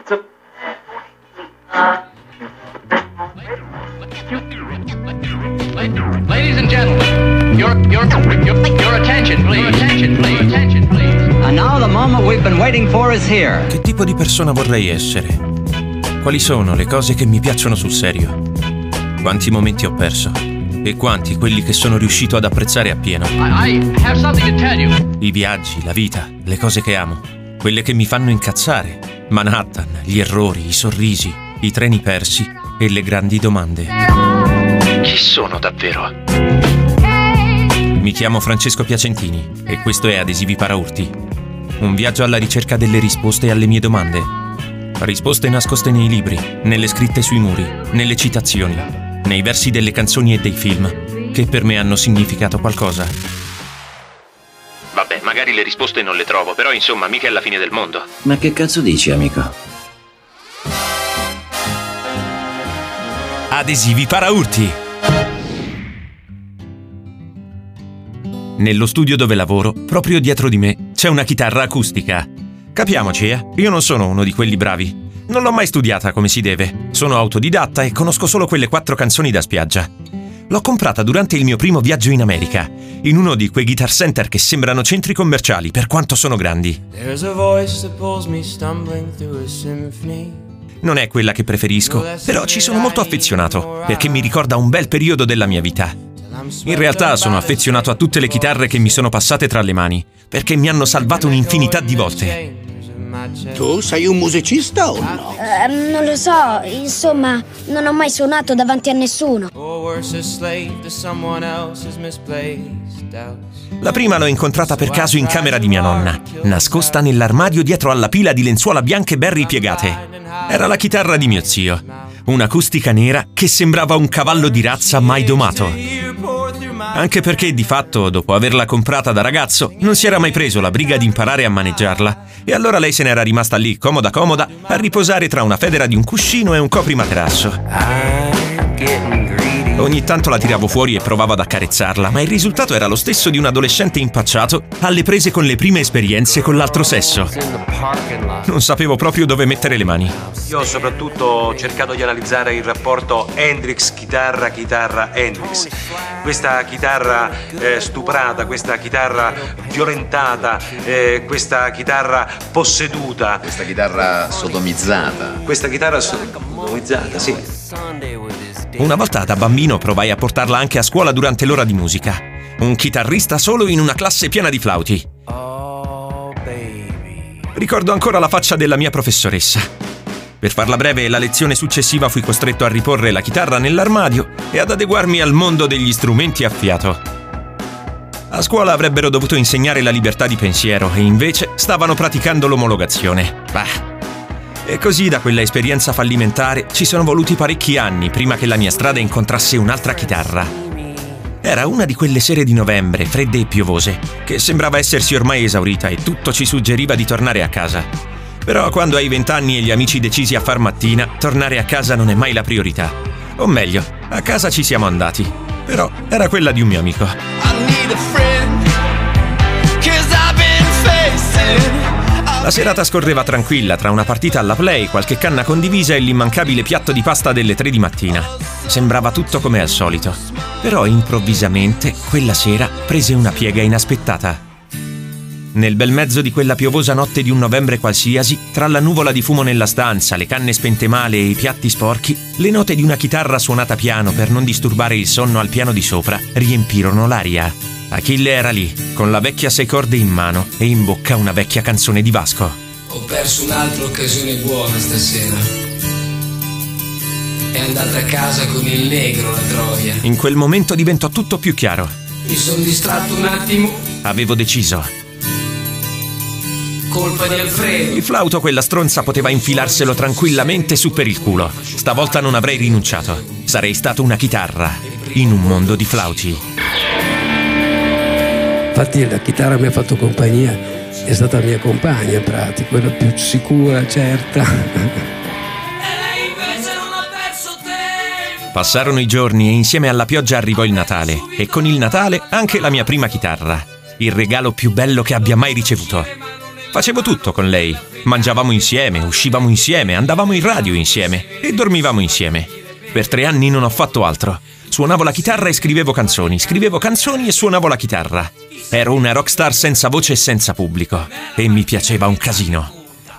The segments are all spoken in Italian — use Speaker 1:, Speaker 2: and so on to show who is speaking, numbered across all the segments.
Speaker 1: Ladies and gentlemen, your attention, please. Attention, please.
Speaker 2: And now the moment we've been waiting for is here.
Speaker 3: Che tipo di persona vorrei essere? Quali sono le cose che mi piacciono sul serio? Quanti momenti ho perso? E quanti quelli che sono riuscito ad apprezzare appieno?
Speaker 1: I have something to tell you.
Speaker 3: I viaggi, la vita, le cose che amo, quelle che mi fanno incazzare. Manhattan, gli errori, i sorrisi, i treni persi e le grandi domande. Chi sono davvero? Mi chiamo Francesco Piacentini e questo è Adesivi Paraurti. Un viaggio alla ricerca delle risposte alle mie domande. Risposte nascoste nei libri, nelle scritte sui muri, nelle citazioni, nei versi delle canzoni e dei film, che per me hanno significato qualcosa. Vabbè, magari le risposte non le trovo, però insomma mica è la fine del mondo.
Speaker 4: Ma che cazzo dici, amico?
Speaker 3: Adesivi Paraurti. Nello studio dove lavoro, proprio dietro di me, c'è una chitarra acustica. Capiamoci, io non sono uno di quelli bravi. Non l'ho mai studiata come si deve. Sono autodidatta e conosco solo quelle 4 canzoni da spiaggia. L'ho comprata durante il mio primo viaggio in America, in uno di quei guitar center che sembrano centri commerciali per quanto sono grandi. Non è quella che preferisco, però ci sono molto affezionato, perché mi ricorda un bel periodo della mia vita. In realtà sono affezionato a tutte le chitarre che mi sono passate tra le mani, perché mi hanno salvato un'infinità di volte.
Speaker 5: Tu sei un musicista o no?
Speaker 6: Non lo so, insomma, non ho mai suonato davanti a nessuno.
Speaker 3: La prima l'ho incontrata per caso in camera di mia nonna, nascosta nell'armadio dietro alla pila di lenzuola bianche ben ripiegate. Era la chitarra di mio zio, un'acustica nera che sembrava un cavallo di razza mai domato. Anche perché, di fatto, dopo averla comprata da ragazzo, non si era mai preso la briga di imparare a maneggiarla, e allora lei se n'era rimasta lì, comoda comoda, a riposare tra una federa di un cuscino e un coprimaterasso. Ogni tanto la tiravo fuori e provavo ad accarezzarla, ma il risultato era lo stesso di un adolescente impacciato alle prese con le prime esperienze con l'altro sesso. Non sapevo proprio dove mettere le mani.
Speaker 7: Io soprattutto ho cercato di analizzare il rapporto Hendrix-chitarra-Hendrix. Questa chitarra stuprata, questa chitarra violentata, questa chitarra posseduta.
Speaker 4: Questa chitarra sodomizzata.
Speaker 7: Questa chitarra sodomizzata, sì.
Speaker 3: Una volta da bambino provai a portarla anche a scuola durante l'ora di musica. Un chitarrista solo in una classe piena di flauti. Ricordo ancora la faccia della mia professoressa. Per farla breve, la lezione successiva fui costretto a riporre la chitarra nell'armadio e ad adeguarmi al mondo degli strumenti a fiato. A scuola avrebbero dovuto insegnare la libertà di pensiero e invece stavano praticando l'omologazione. Bah! E così da quella esperienza fallimentare ci sono voluti parecchi anni prima che la mia strada incontrasse un'altra chitarra. Era una di quelle sere di novembre, fredde e piovose, che sembrava essersi ormai esaurita e tutto ci suggeriva di tornare a casa. Però quando hai 20 anni e gli amici decisi a far mattina, tornare a casa non è mai la priorità. O meglio, a casa ci siamo andati, però era quella di un mio amico. La serata scorreva tranquilla tra una partita alla play, qualche canna condivisa e l'immancabile piatto di pasta delle 3 di mattina. Sembrava tutto come al solito. Però improvvisamente quella sera prese una piega inaspettata. Nel bel mezzo di quella piovosa notte di un novembre qualsiasi, tra la nuvola di fumo nella stanza, le canne spente male e i piatti sporchi, le note di una chitarra suonata piano per non disturbare il sonno al piano di sopra riempirono l'aria. Achille era lì, con la vecchia 6 corde in mano e in bocca una vecchia canzone di Vasco.
Speaker 8: Ho perso un'altra occasione buona stasera. È andata a casa con il negro, la troia.
Speaker 3: In quel momento diventò tutto più chiaro.
Speaker 8: Mi sono distratto un attimo.
Speaker 3: Avevo deciso.
Speaker 8: Colpa di Alfredo.
Speaker 3: Il flauto quella stronza poteva infilarselo tranquillamente su per il culo. Stavolta non avrei rinunciato. Sarei stato una chitarra in un mondo di flauti.
Speaker 9: Infatti la chitarra mi ha fatto compagnia, è stata mia compagna in pratica, quella più sicura, certa.
Speaker 3: Passarono i giorni e insieme alla pioggia arrivò il Natale e con il Natale anche la mia prima chitarra, il regalo più bello che abbia mai ricevuto. Facevo tutto con lei. Mangiavamo insieme, uscivamo insieme, andavamo in radio insieme e dormivamo insieme. Per 3 anni non ho fatto altro. Suonavo la chitarra e scrivevo canzoni e suonavo la chitarra. Ero una rockstar senza voce e senza pubblico e mi piaceva un casino.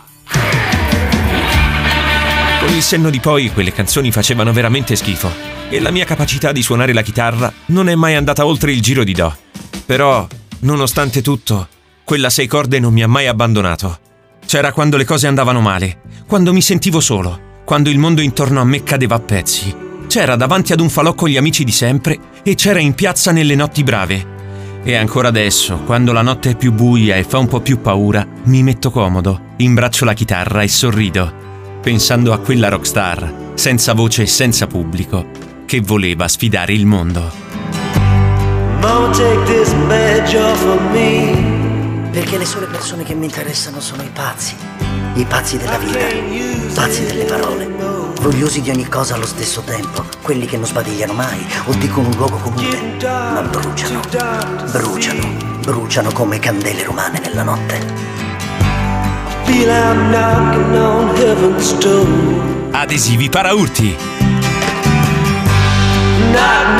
Speaker 3: Con il senno di poi quelle canzoni facevano veramente schifo e la mia capacità di suonare la chitarra non è mai andata oltre il giro di do. Però, nonostante tutto, quella 6 corde non mi ha mai abbandonato. C'era quando le cose andavano male, quando mi sentivo solo, quando il mondo intorno a me cadeva a pezzi. C'era davanti ad un falò con gli amici di sempre e c'era in piazza nelle notti brave. E ancora adesso, quando la notte è più buia e fa un po' più paura, mi metto comodo, imbraccio la chitarra e sorrido, pensando a quella rockstar, senza voce e senza pubblico, che voleva sfidare il mondo.
Speaker 10: Mama, take this badge off of me. Perché le sole persone che mi interessano sono i pazzi della vita, pazzi delle parole, vogliosi di ogni cosa allo stesso tempo, quelli che non sbadigliano mai o dicono un luogo comune, ma bruciano come candele romane nella notte. Feel I'm knocking on heaven's door.
Speaker 3: Adesivi Paraurti.